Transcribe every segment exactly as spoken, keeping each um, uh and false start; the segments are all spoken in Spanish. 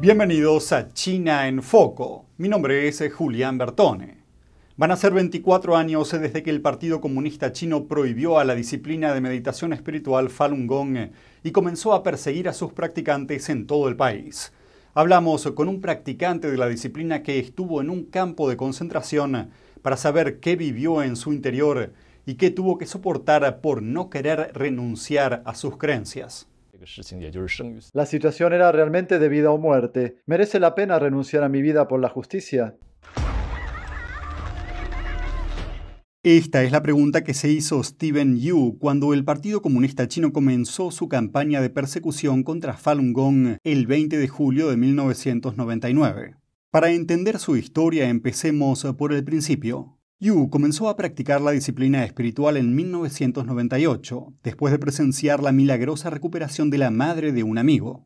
Bienvenidos a China en Foco. Mi nombre es Julián Bertone. Van a ser veinticuatro años desde que el Partido Comunista Chino prohibió a la disciplina de meditación espiritual Falun Gong y comenzó a perseguir a sus practicantes en todo el país. Hablamos con un practicante de la disciplina que estuvo en un campo de concentración para saber qué vivió en su interior y qué tuvo que soportar por no querer renunciar a sus creencias. La situación era realmente de vida o muerte. ¿Merece la pena renunciar a mi vida por la justicia? Esta es la pregunta que se hizo Steven Yu cuando el Partido Comunista Chino comenzó su campaña de persecución contra Falun Gong el veinte de julio de mil novecientos noventa y nueve. Para entender su historia, empecemos por el principio. Yu comenzó a practicar la disciplina espiritual en mil novecientos noventa y ocho, después de presenciar la milagrosa recuperación de la madre de un amigo.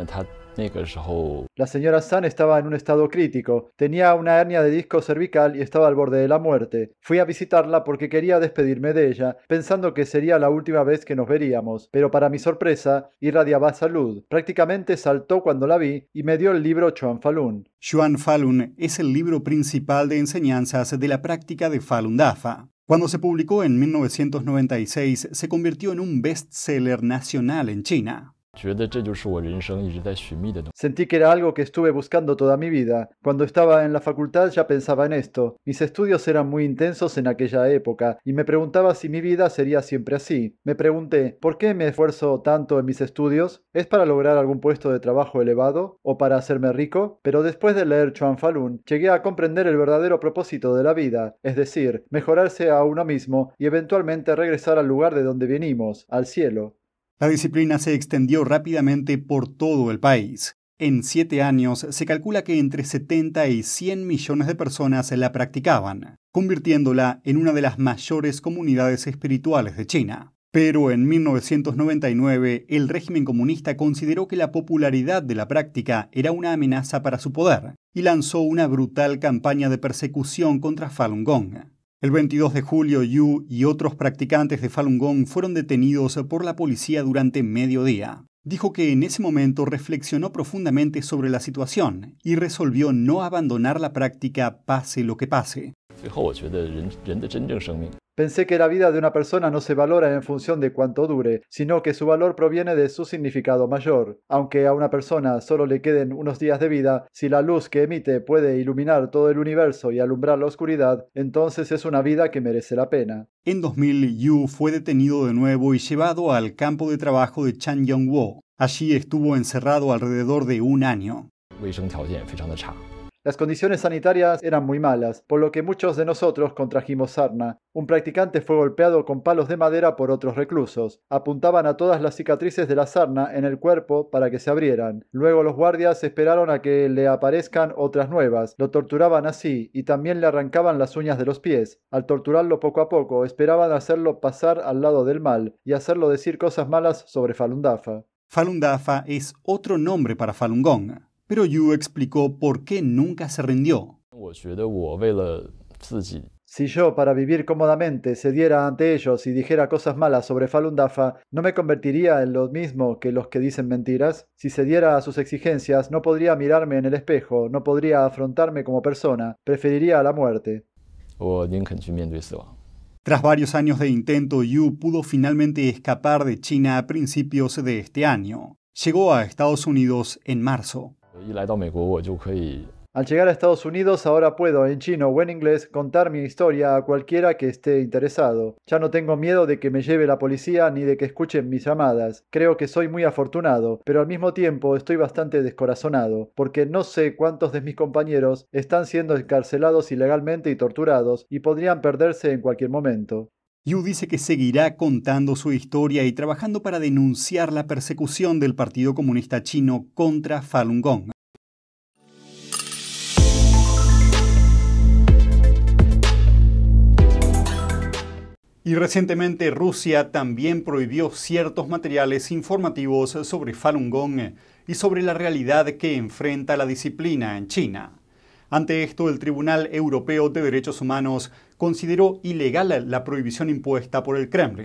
La señora San estaba en un estado crítico, tenía una hernia de disco cervical y estaba al borde de la muerte. Fui a visitarla porque quería despedirme de ella, pensando que sería la última vez que nos veríamos, pero para mi sorpresa, irradiaba salud. Prácticamente saltó cuando la vi y me dio el libro Chuan Falun. Chuan Falun es el libro principal de enseñanzas de la práctica de Falun Dafa. Cuando se publicó en mil novecientos noventa y seis, se convirtió en un bestseller nacional en China. Sentí que era algo que estuve buscando toda mi vida. Cuando estaba en la facultad ya pensaba en esto. Mis estudios eran muy intensos en aquella época y me preguntaba si mi vida sería siempre así. Me pregunté, ¿por qué me esfuerzo tanto en mis estudios? ¿Es para lograr algún puesto de trabajo elevado? ¿O para hacerme rico? Pero después de leer Chuan Falun, llegué a comprender el verdadero propósito de la vida, es decir, mejorarse a uno mismo y eventualmente regresar al lugar de donde venimos, al cielo. La disciplina se extendió rápidamente por todo el país. En siete años se calcula que entre setenta y cien millones de personas la practicaban, convirtiéndola en una de las mayores comunidades espirituales de China. Pero en mil novecientos noventa y nueve, el régimen comunista consideró que la popularidad de la práctica era una amenaza para su poder y lanzó una brutal campaña de persecución contra Falun Gong. El veintidós de julio, Yu y otros practicantes de Falun Gong fueron detenidos por la policía durante medio día. Dijo que en ese momento reflexionó profundamente sobre la situación y resolvió no abandonar la práctica pase lo que pase. Pensé que la vida de una persona no se valora en función de cuánto dure, sino que su valor proviene de su significado mayor. Aunque a una persona solo le queden unos días de vida, si la luz que emite puede iluminar todo el universo y alumbrar la oscuridad, entonces es una vida que merece la pena. En dos mil, Yu fue detenido de nuevo y llevado al campo de trabajo de Changyongwo. Allí estuvo encerrado alrededor de un año. Las condiciones sanitarias eran muy malas, por lo que muchos de nosotros contrajimos sarna. Un practicante fue golpeado con palos de madera por otros reclusos. Apuntaban a todas las cicatrices de la sarna en el cuerpo para que se abrieran. Luego los guardias esperaron a que le aparezcan otras nuevas. Lo torturaban así y también le arrancaban las uñas de los pies. Al torturarlo poco a poco, esperaban hacerlo pasar al lado del mal y hacerlo decir cosas malas sobre Falun Dafa. Falun Dafa es otro nombre para Falun Gong. Pero Yu explicó por qué nunca se rindió. Si yo, para vivir cómodamente, cediera ante ellos y dijera cosas malas sobre Falun Dafa, ¿no me convertiría en lo mismo que los que dicen mentiras? Si cediera a sus exigencias, no podría mirarme en el espejo, no podría afrontarme como persona, preferiría la muerte. Tras varios años de intento, Yu pudo finalmente escapar de China a principios de este año. Llegó a Estados Unidos en marzo. Al llegar a Estados Unidos ahora puedo, en chino o en inglés, contar mi historia a cualquiera que esté interesado. Ya no tengo miedo de que me lleve la policía ni de que escuchen mis llamadas. Creo que soy muy afortunado, pero al mismo tiempo estoy bastante descorazonado, porque no sé cuántos de mis compañeros están siendo encarcelados ilegalmente y torturados y podrían perderse en cualquier momento. Yu dice que seguirá contando su historia y trabajando para denunciar la persecución del Partido Comunista Chino contra Falun Gong. Y recientemente Rusia también prohibió ciertos materiales informativos sobre Falun Gong y sobre la realidad que enfrenta la disciplina en China. Ante esto, el Tribunal Europeo de Derechos Humanos consideró ilegal la prohibición impuesta por el Kremlin.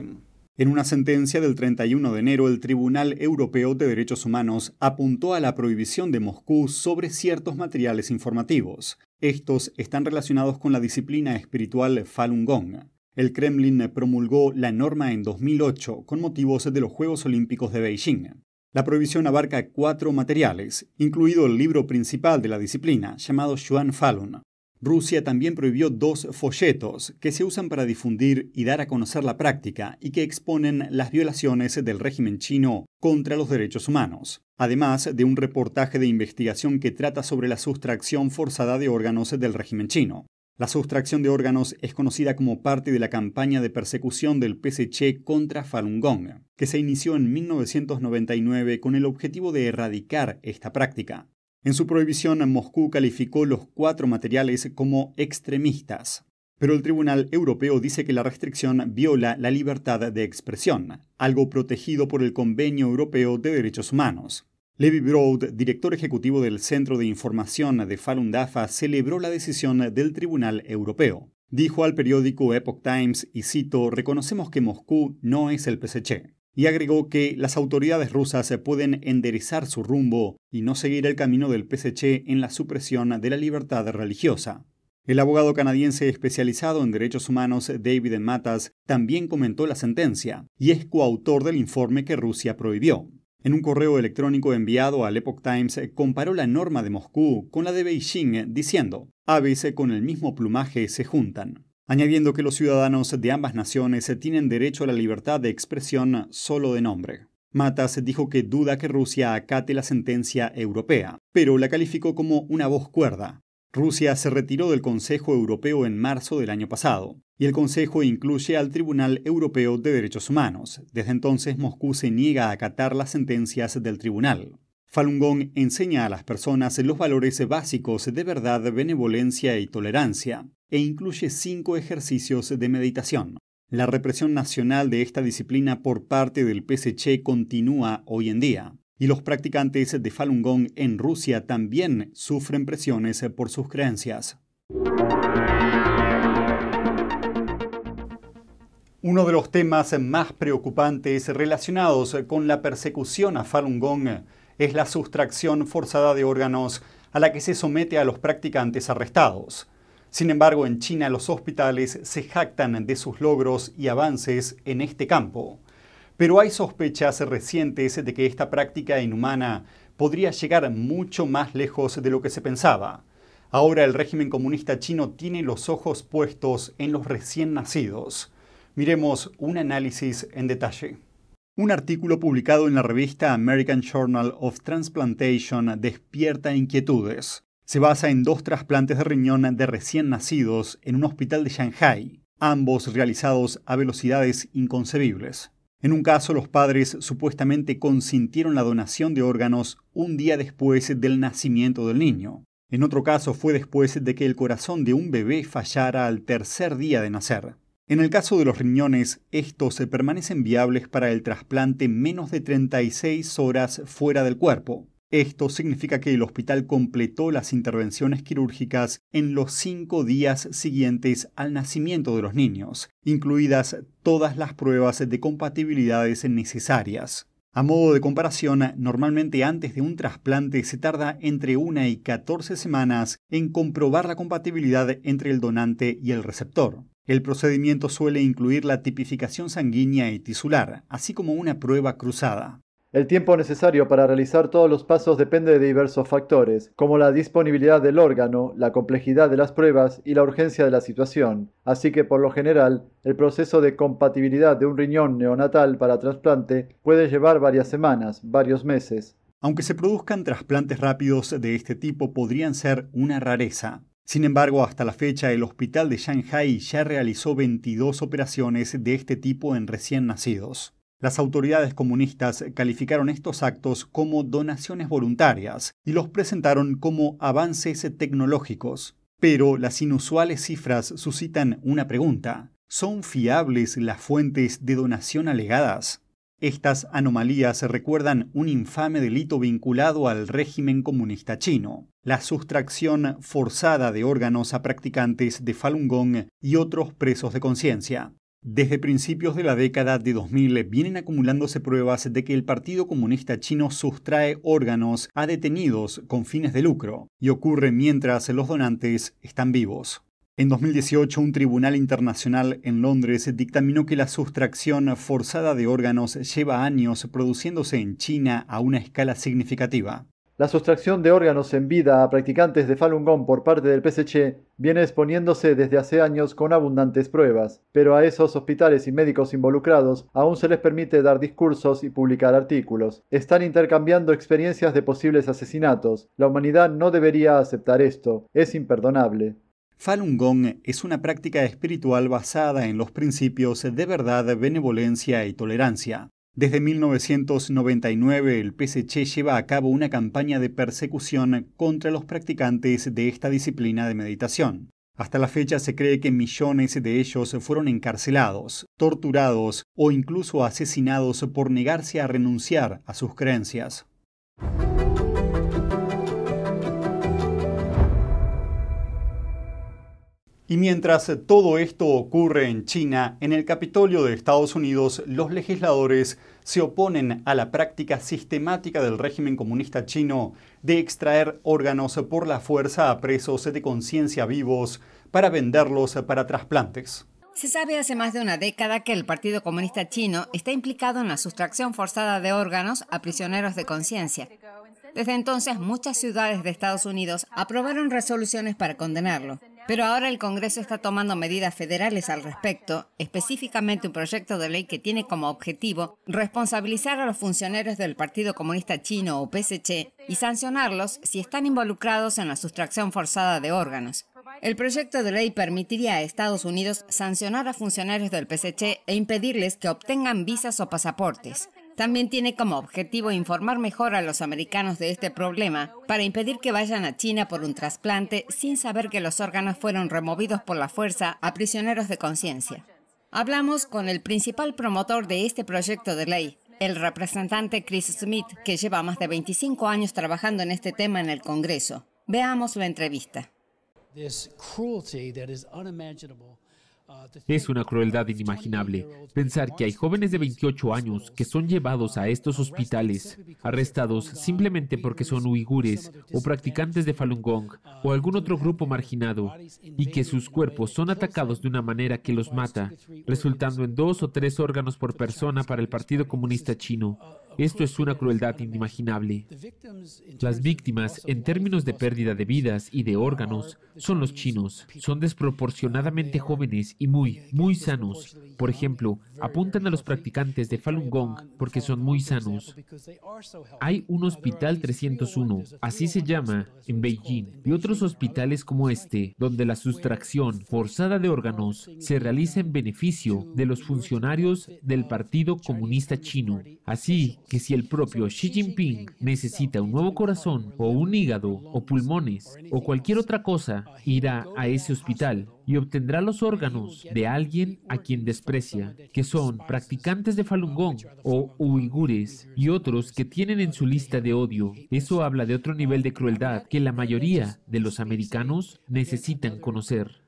En una sentencia del treinta y uno de enero, el Tribunal Europeo de Derechos Humanos apuntó a la prohibición de Moscú sobre ciertos materiales informativos. Estos están relacionados con la disciplina espiritual Falun Gong. El Kremlin promulgó la norma en dos mil ocho con motivos de los Juegos Olímpicos de Beijing. La prohibición abarca cuatro materiales, incluido el libro principal de la disciplina, llamado Xuan Falun. Rusia también prohibió dos folletos que se usan para difundir y dar a conocer la práctica y que exponen las violaciones del régimen chino contra los derechos humanos, además de un reportaje de investigación que trata sobre la sustracción forzada de órganos del régimen chino. La sustracción de órganos es conocida como parte de la campaña de persecución del P S Ch contra Falun Gong, que se inició en mil novecientos noventa y nueve con el objetivo de erradicar esta práctica. En su prohibición, Moscú calificó los cuatro materiales como extremistas. Pero el Tribunal Europeo dice que la restricción viola la libertad de expresión, algo protegido por el Convenio Europeo de Derechos Humanos. Levi Broad, director ejecutivo del Centro de Información de Falun Dafa, celebró la decisión del Tribunal Europeo. Dijo al periódico Epoch Times, y cito, «Reconocemos que Moscú no es el P S Ch». Y agregó que las autoridades rusas pueden enderezar su rumbo y no seguir el camino del P S Ch en la supresión de la libertad religiosa. El abogado canadiense especializado en derechos humanos David Matas también comentó la sentencia y es coautor del informe que Rusia prohibió. En un correo electrónico enviado al Epoch Times, comparó la norma de Moscú con la de Beijing, diciendo, «Aves con el mismo plumaje se juntan», añadiendo que los ciudadanos de ambas naciones tienen derecho a la libertad de expresión solo de nombre. Matas dijo que duda que Rusia acate la sentencia europea, pero la calificó como una voz cuerda. Rusia se retiró del Consejo Europeo en marzo del año pasado, y el Consejo incluye al Tribunal Europeo de Derechos Humanos. Desde entonces, Moscú se niega a acatar las sentencias del tribunal. Falun Gong enseña a las personas los valores básicos de verdad, benevolencia y tolerancia, e incluye cinco ejercicios de meditación. La represión nacional de esta disciplina por parte del P S Ch continúa hoy en día, y los practicantes de Falun Gong en Rusia también sufren presiones por sus creencias. Uno de los temas más preocupantes relacionados con la persecución a Falun Gong es la sustracción forzada de órganos a la que se somete a los practicantes arrestados. Sin embargo, en China los hospitales se jactan de sus logros y avances en este campo. Pero hay sospechas recientes de que esta práctica inhumana podría llegar mucho más lejos de lo que se pensaba. Ahora el régimen comunista chino tiene los ojos puestos en los recién nacidos. Miremos un análisis en detalle. Un artículo publicado en la revista American Journal of Transplantation despierta inquietudes. Se basa en dos trasplantes de riñón de recién nacidos en un hospital de Shanghái, ambos realizados a velocidades inconcebibles. En un caso, los padres supuestamente consintieron la donación de órganos un día después del nacimiento del niño. En otro caso, fue después de que el corazón de un bebé fallara al tercer día de nacer. En el caso de los riñones, estos se permanecen viables para el trasplante menos de treinta y seis horas fuera del cuerpo. Esto significa que el hospital completó las intervenciones quirúrgicas en los cinco días siguientes al nacimiento de los niños, incluidas todas las pruebas de compatibilidades necesarias. A modo de comparación, normalmente antes de un trasplante se tarda entre una y catorce semanas en comprobar la compatibilidad entre el donante y el receptor. El procedimiento suele incluir la tipificación sanguínea y tisular, así como una prueba cruzada. El tiempo necesario para realizar todos los pasos depende de diversos factores, como la disponibilidad del órgano, la complejidad de las pruebas y la urgencia de la situación. Así que, por lo general, el proceso de compatibilidad de un riñón neonatal para trasplante puede llevar varias semanas, varios meses. Aunque se produzcan trasplantes rápidos de este tipo, podrían ser una rareza. Sin embargo, hasta la fecha, el hospital de Shanghái ya realizó veintidós operaciones de este tipo en recién nacidos. Las autoridades comunistas calificaron estos actos como donaciones voluntarias y los presentaron como avances tecnológicos. Pero las inusuales cifras suscitan una pregunta. ¿Son fiables las fuentes de donación alegadas? Estas anomalías recuerdan un infame delito vinculado al régimen comunista chino, la sustracción forzada de órganos a practicantes de Falun Gong y otros presos de conciencia. Desde principios de la década de dos mil vienen acumulándose pruebas de que el Partido Comunista Chino sustrae órganos a detenidos con fines de lucro, y ocurre mientras los donantes están vivos. En dos mil dieciocho, un tribunal internacional en Londres dictaminó que la sustracción forzada de órganos lleva años produciéndose en China a una escala significativa. La sustracción de órganos en vida a practicantes de Falun Gong por parte del P S Ch viene exponiéndose desde hace años con abundantes pruebas, pero a esos hospitales y médicos involucrados aún se les permite dar discursos y publicar artículos. Están intercambiando experiencias de posibles asesinatos. La humanidad no debería aceptar esto. Es imperdonable. Falun Gong es una práctica espiritual basada en los principios de verdad, benevolencia y tolerancia. Desde mil novecientos noventa y nueve, el P S Ch lleva a cabo una campaña de persecución contra los practicantes de esta disciplina de meditación. Hasta la fecha se cree que millones de ellos fueron encarcelados, torturados o incluso asesinados por negarse a renunciar a sus creencias. Y mientras todo esto ocurre en China, en el Capitolio de Estados Unidos, los legisladores se oponen a la práctica sistemática del régimen comunista chino de extraer órganos por la fuerza a presos de conciencia vivos para venderlos para trasplantes. Se sabe hace más de una década que el Partido Comunista Chino está implicado en la sustracción forzada de órganos a prisioneros de conciencia. Desde entonces, muchas ciudades de Estados Unidos aprobaron resoluciones para condenarlo. Pero ahora el Congreso está tomando medidas federales al respecto, específicamente un proyecto de ley que tiene como objetivo responsabilizar a los funcionarios del Partido Comunista Chino o P S Ch y sancionarlos si están involucrados en la sustracción forzada de órganos. El proyecto de ley permitiría a Estados Unidos sancionar a funcionarios del P S Ch e impedirles que obtengan visas o pasaportes. También tiene como objetivo informar mejor a los americanos de este problema para impedir que vayan a China por un trasplante sin saber que los órganos fueron removidos por la fuerza a prisioneros de conciencia. Hablamos con el principal promotor de este proyecto de ley, el representante Chris Smith, que lleva más de veinticinco años trabajando en este tema en el Congreso. Veamos la entrevista. Es una crueldad inimaginable pensar que hay jóvenes de veintiocho años que son llevados a estos hospitales, arrestados simplemente porque son uigures o practicantes de Falun Gong o algún otro grupo marginado, y que sus cuerpos son atacados de una manera que los mata, resultando en dos o tres órganos por persona para el Partido Comunista Chino. Esto es una crueldad inimaginable. Las víctimas, en términos de pérdida de vidas y de órganos, son los chinos. Son desproporcionadamente jóvenes y muy, muy sanos. Por ejemplo, apuntan a los practicantes de Falun Gong porque son muy sanos. Hay un Hospital trescientos uno, así se llama, en Beijing, y otros hospitales como este, donde la sustracción forzada de órganos se realiza en beneficio de los funcionarios del Partido Comunista Chino. Así que si el propio Xi Jinping necesita un nuevo corazón o un hígado o pulmones o cualquier otra cosa, irá a ese hospital y obtendrá los órganos de alguien a quien desprecia, que son practicantes de Falun Gong o uigures y otros que tienen en su lista de odio. Eso habla de otro nivel de crueldad que la mayoría de los americanos necesitan conocer.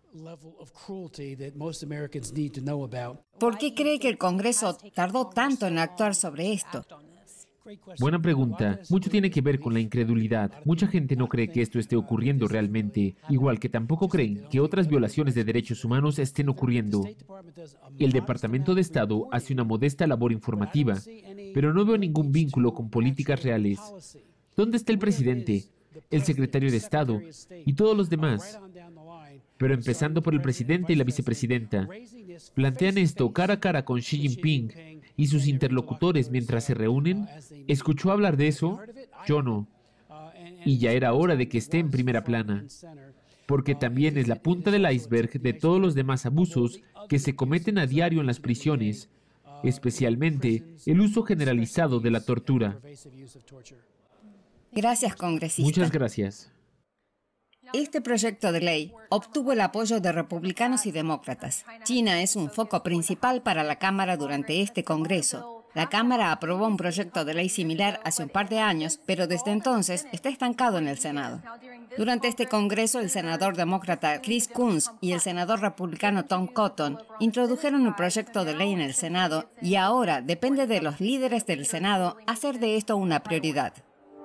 ¿Por qué cree que el Congreso tardó tanto en actuar sobre esto? Buena pregunta. Mucho tiene que ver con la incredulidad. Mucha gente no cree que esto esté ocurriendo realmente, igual que tampoco creen que otras violaciones de derechos humanos estén ocurriendo. El Departamento de Estado hace una modesta labor informativa, pero no veo ningún vínculo con políticas reales. ¿Dónde está el presidente, el secretario de Estado y todos los demás? Pero empezando por el presidente y la vicepresidenta, plantean esto cara a cara con Xi Jinping y sus interlocutores mientras se reúnen. ¿Escuchó hablar de eso? Yo no. Y ya era hora de que esté en primera plana, porque también es la punta del iceberg de todos los demás abusos que se cometen a diario en las prisiones, especialmente el uso generalizado de la tortura. Gracias, congresista. Muchas gracias. Este proyecto de ley obtuvo el apoyo de republicanos y demócratas. China es un foco principal para la Cámara durante este Congreso. La Cámara aprobó un proyecto de ley similar hace un par de años, pero desde entonces está estancado en el Senado. Durante este Congreso, el senador demócrata Chris Coons y el senador republicano Tom Cotton introdujeron un proyecto de ley en el Senado y ahora depende de los líderes del Senado hacer de esto una prioridad.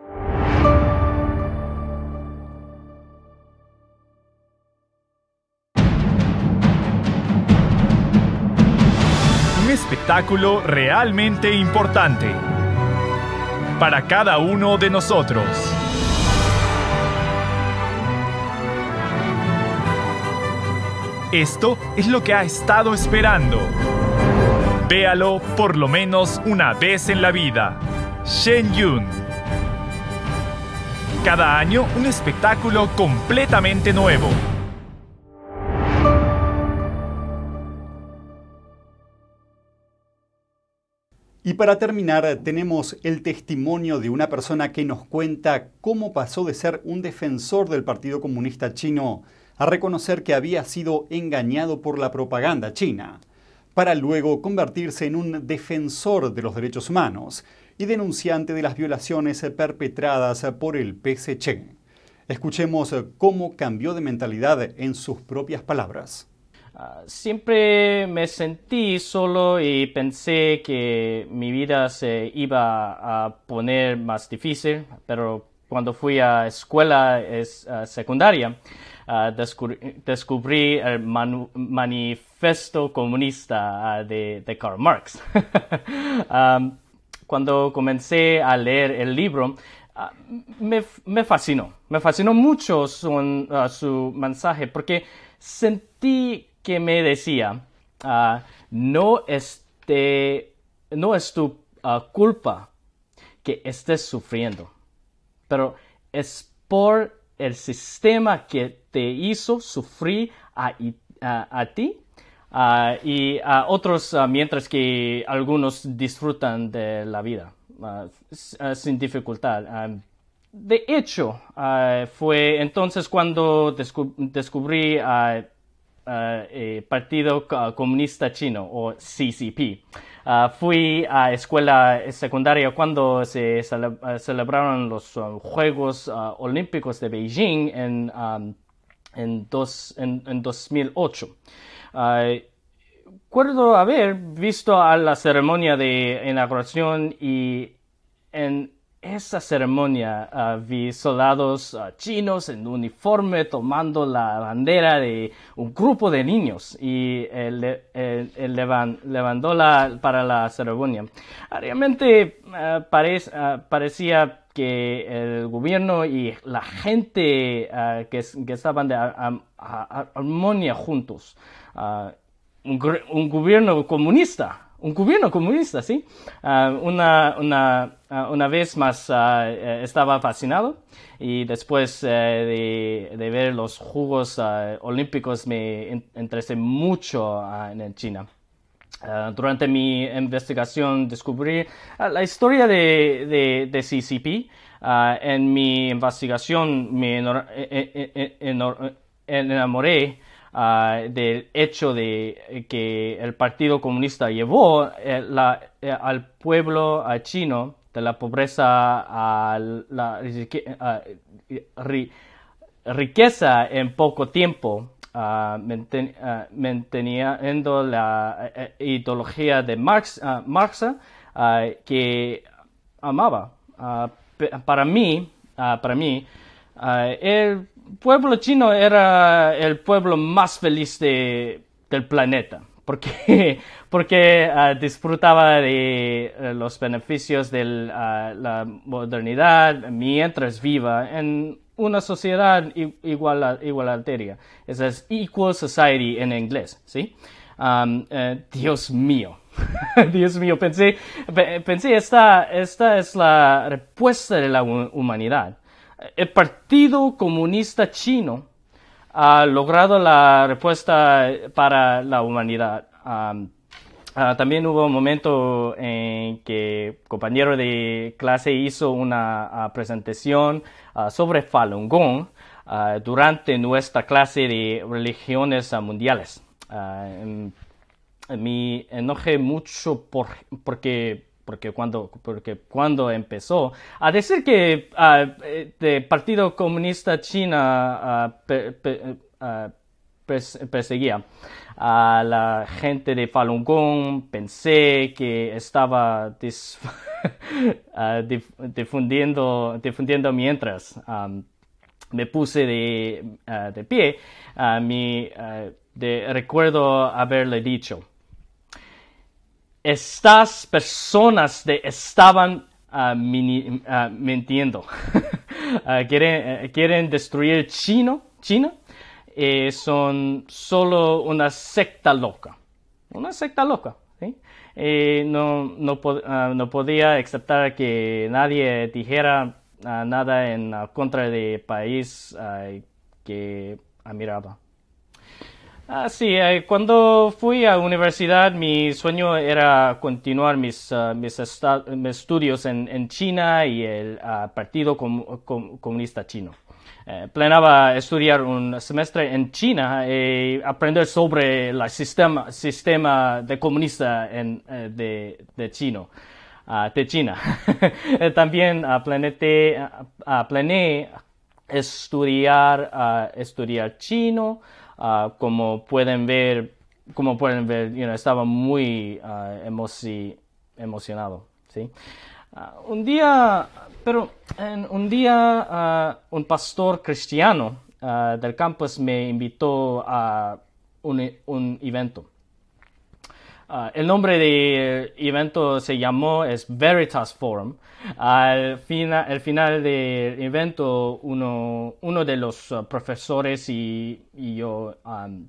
Un espectáculo realmente importante para cada uno de nosotros. Esto es lo que ha estado esperando. Véalo por lo menos una vez en la vida. Shen Yun. Cada año un espectáculo completamente nuevo. Y para terminar, tenemos el testimonio de una persona que nos cuenta cómo pasó de ser un defensor del Partido Comunista Chino a reconocer que había sido engañado por la propaganda china, para luego convertirse en un defensor de los derechos humanos y denunciante de las violaciones perpetradas por el P C C. Escuchemos cómo cambió de mentalidad en sus propias palabras. Uh, siempre me sentí solo y pensé que mi vida se iba a poner más difícil, pero cuando fui a escuela es, uh, secundaria, uh, descubrí, descubrí el manu, manifiesto comunista uh, de, de Karl Marx. um, cuando comencé a leer el libro, uh, me, me fascinó, me fascinó mucho su, uh, su mensaje, porque sentí que me decía, uh, no, este, no es tu uh, culpa que estés sufriendo, pero es por el sistema que te hizo sufrir a, a, a ti uh, y a otros, uh, mientras que algunos disfrutan de la vida uh, sin dificultad. Uh, de hecho, uh, fue entonces cuando descub descubrí uh, Uh, eh, Partido Comunista Chino, o C C P. Uh, fui a escuela secundaria cuando se cele uh, celebraron los uh, Juegos uh, Olímpicos de Beijing en, um, en, dos, en, en dos mil ocho. Uh, recuerdo haber visto a la ceremonia de inauguración y en esa ceremonia uh, vi soldados uh, chinos en uniforme tomando la bandera de un grupo de niños y el, el, el levan, levantó la, para la ceremonia. Realmente uh, parec, uh, parecía que el gobierno y la gente uh, que, que estaban de armonía juntos. Uh, un, un gobierno comunista. Un gobierno comunista, ¿sí? Uh, una, una, uh, una vez más uh, estaba fascinado y después uh, de, de ver los Juegos uh, Olímpicos me interesé mucho uh, en China. Uh, durante mi investigación descubrí uh, la historia de, de, de C C P. Uh, en mi investigación me enamoré Uh, del hecho de que el Partido Comunista llevó eh, la, eh, al pueblo uh, chino de la pobreza a la uh, ri, riqueza en poco tiempo, uh, manten, uh, manteniendo la uh, ideología de Marx, uh, Marx uh, que amaba. Uh, para mí, uh, para mí, uh, el El pueblo chino era el pueblo más feliz de, del planeta, porque, porque uh, disfrutaba de uh, los beneficios de uh, la modernidad mientras viva en una sociedad igual, igualitaria. Esa es Equal Society en inglés, ¿sí? Um, uh, Dios mío. Dios mío, pensé, pensé esta, esta es la respuesta de la humanidad. El Partido Comunista Chino ha logrado la respuesta para la humanidad. Um, uh, también hubo un momento en que un compañero de clase hizo una uh, presentación uh, sobre Falun Gong uh, durante nuestra clase de religiones uh, mundiales. Uh, me enojé mucho por, porque porque cuando, porque cuando empezó a decir que uh, el Partido Comunista China uh, per, per, uh, perseguía a la gente de Falun Gong, pensé que estaba dis, uh, dif, difundiendo, difundiendo mientras um, me puse de, uh, de pie. Uh, mi, uh, de, recuerdo haberle dicho: estas personas de, estaban uh, mini, uh, mintiendo. uh, quieren, uh, quieren destruir Chino, China. Eh, son solo una secta loca. Una secta loca. ¿Sí? Eh, no, no, uh, no podía aceptar que nadie dijera uh, nada en uh, contra del país uh, que admiraba. Ah, sí, eh, cuando fui a la universidad, mi sueño era continuar mis, uh, mis, mis estudios en, en China y el uh, Partido Com Com Comunista Chino. Eh, planeaba estudiar un semestre en China y aprender sobre el sistema, sistema de comunista en, eh, de, de, Chino, uh, de China. También uh, planeé, uh, planeé estudiar, uh, estudiar chino. Uh, como pueden ver, como pueden ver, you know, estaba muy uh, emoci emocionado, ¿sí? Uh, un día, pero en un día uh, un pastor cristiano uh, del campus me invitó a un, un evento. Uh, el nombre del evento se llamó es Veritas Forum. Al fina, al final del evento, uno, uno de los uh, profesores y, y yo um,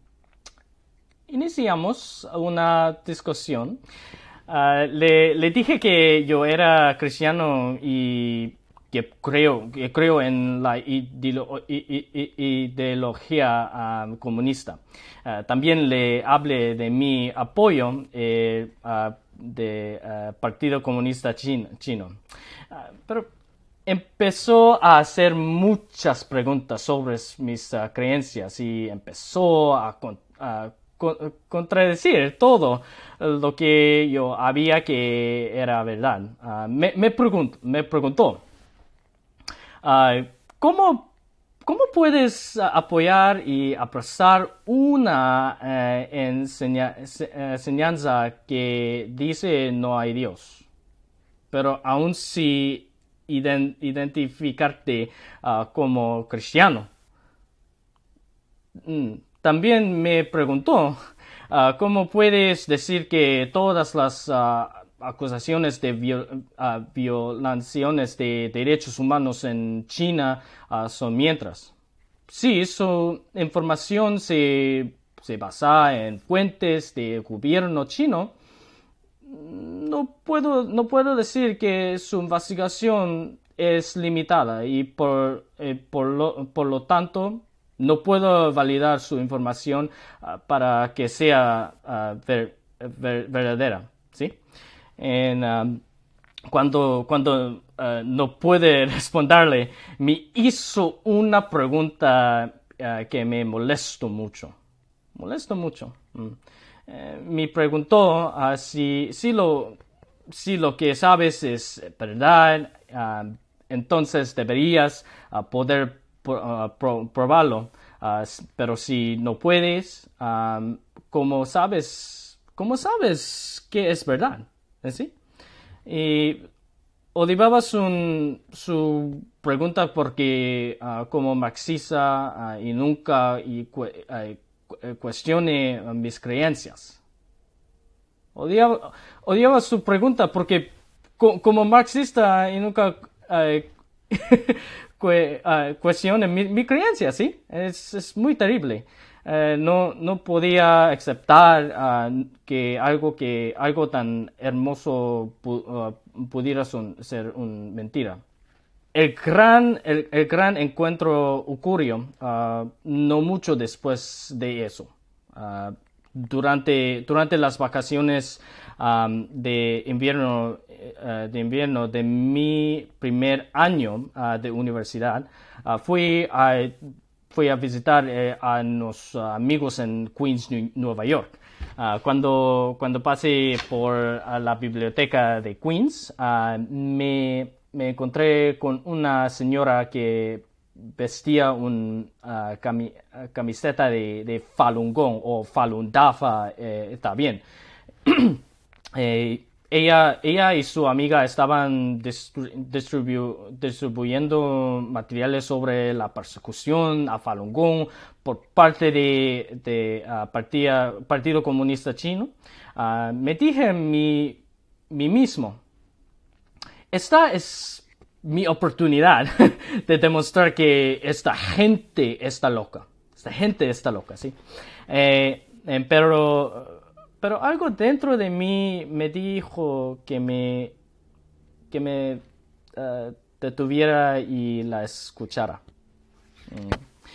iniciamos una discusión. Uh, le, le dije que yo era cristiano y que creo, que creo en la ideolo ideología um, comunista. Uh, también le hablé de mi apoyo eh, uh, del uh, Partido Comunista Chino. chino. Uh, pero empezó a hacer muchas preguntas sobre mis uh, creencias y empezó a, con, a con, contradecir todo lo que yo había que era verdad. Uh, me, me, pregunt me preguntó, Uh, ¿cómo, ¿Cómo puedes uh, apoyar y abrazar una uh, enseña enseñanza que dice no hay Dios, pero aún si ident identificarte uh, como cristiano? Mm. También me preguntó, uh, ¿cómo puedes decir que todas las uh, acusaciones de viol uh, violaciones de derechos humanos en China uh, son mientras? Sí, su información se, se basa en fuentes del gobierno chino. No puedo, no puedo decir que su investigación es limitada y por, eh, por, lo, por lo tanto no puedo validar su información uh, para que sea uh, ver, ver, verdadera, ¿sí? En, um, cuando cuando uh, no pude responderle, me hizo una pregunta uh, que me molestó mucho. Molestó mucho. Mm. Eh, me preguntó uh, si, si, lo, si lo que sabes es verdad, uh, entonces deberías uh, poder uh, pro, probarlo. Uh, pero si no puedes, um, ¿cómo sabes, cómo sabes que es verdad? ¿Sí? Y odiaba su, su pregunta porque uh, como marxista uh, y nunca y cu uh, cuestione uh, mis creencias. Odiaba, odiaba su pregunta porque co como marxista y nunca uh, que, uh, cuestione mi, mi creencia, ¿sí? Es, es muy terrible. Uh, no, no podía aceptar uh, que algo que algo tan hermoso pu uh, pudiera son, ser una mentira. El gran, el, el gran encuentro ocurrió uh, no mucho después de eso. Uh, durante, durante las vacaciones um, de invierno, uh, de invierno de mi primer año uh, de universidad, uh, fui a Fui a visitar eh, a unos uh, amigos en Queens, New Nueva York. Uh, cuando, cuando pasé por uh, la biblioteca de Queens, uh, me, me encontré con una señora que vestía una uh, cami camiseta de, de Falun Gong o Falun Dafa, eh, está bien. eh, ella, ella y su amiga estaban distribu distribuyendo materiales sobre la persecución a Falun Gong por parte de, de uh, partida, Partido Comunista Chino. Uh, me dije mi, mí mismo, esta es mi oportunidad de demostrar que esta gente está loca. Esta gente está loca, ¿sí? Eh, eh, pero, pero algo dentro de mí me dijo que me, que me uh, detuviera y la escuchara. Mm.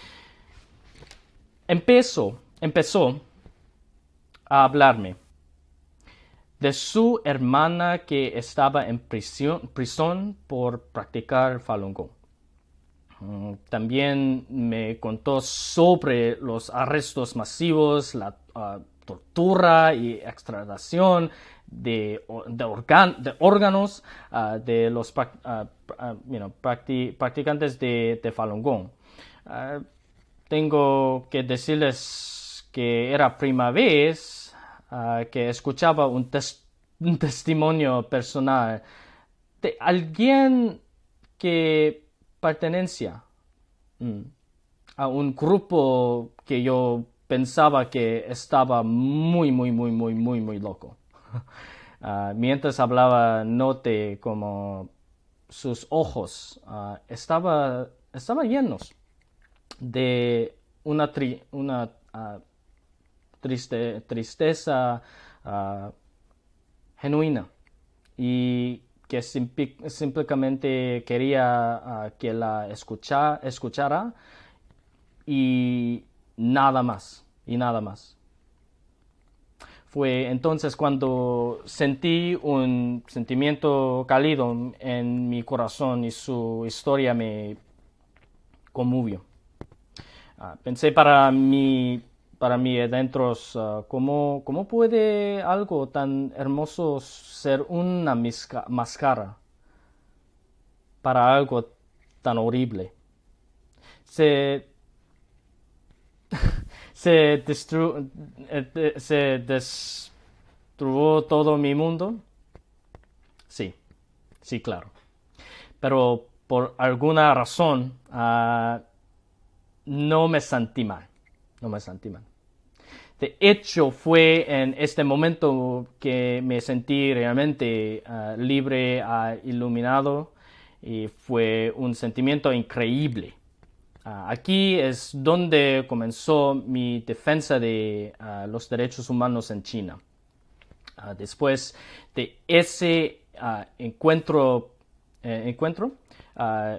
Empezó, empezó a hablarme de su hermana que estaba en prisión, prisión por practicar Falun Gong. También me contó sobre los arrestos masivos, la uh, tortura y extradición de, de, organ, de órganos uh, de los uh, uh, you know, practi, practicantes de, de Falun Gong. Uh, tengo que decirles que era primera vez Uh, que escuchaba un, tes un testimonio personal de alguien que pertenecía mm, a un grupo que yo pensaba que estaba muy, muy, muy, muy, muy, muy loco. Uh, mientras hablaba, noté como sus ojos uh, estaba, estaban llenos de una, tri una uh, Triste, tristeza uh, genuina y que simpi simplemente quería uh, que la escucha escuchara y nada más, y nada más. Fue entonces cuando sentí un sentimiento cálido en mi corazón y su historia me conmovió. Uh, pensé para mí Para mí adentro, uh, ¿cómo, ¿cómo puede algo tan hermoso ser una máscara para algo tan horrible? Se, se, destru eh, se destruyó todo mi mundo. Sí, sí, claro. Pero por alguna razón uh, no me sentí mal. No me sentí mal. De hecho, fue en este momento que me sentí realmente uh, libre, uh, iluminado, y fue un sentimiento increíble. Uh, aquí es donde comenzó mi defensa de uh, los derechos humanos en China. Uh, después de ese uh, encuentro, eh, encuentro uh,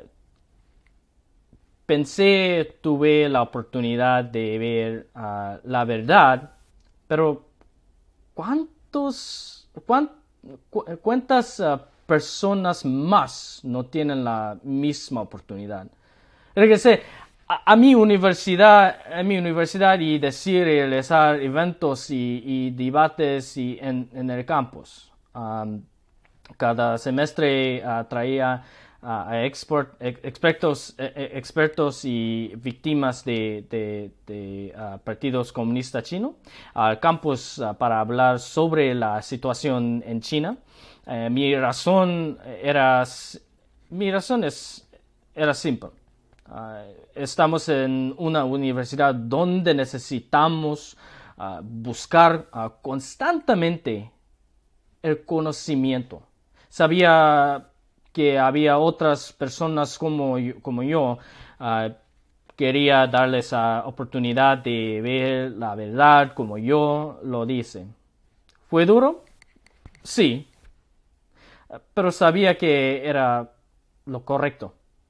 pensé, tuve la oportunidad de ver uh, la verdad, pero ¿cuántos, cuánt, cu ¿cuántas uh, personas más no tienen la misma oportunidad? Regresé a, a mi universidad, a mi universidad y decir, realizar eventos y, y debates y en, en el campus. Um, cada semestre uh, traía a uh, export, ex, expertos, eh, expertos y víctimas de, de, de uh, partidos comunistas chinos al campus uh, para hablar sobre la situación en China. Uh, mi razón era, mi razón es, era simple. Uh, estamos en una universidad donde necesitamos uh, buscar uh, constantemente el conocimiento. Sabía que había otras personas como yo, como yo uh, quería darles la oportunidad de ver la verdad como yo lo dice. ¿Fue duro? Sí, pero sabía que era lo correcto.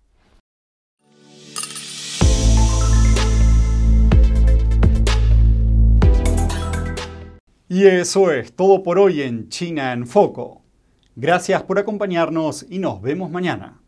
Y eso es todo por hoy en China en Foco. Gracias por acompañarnos y nos vemos mañana.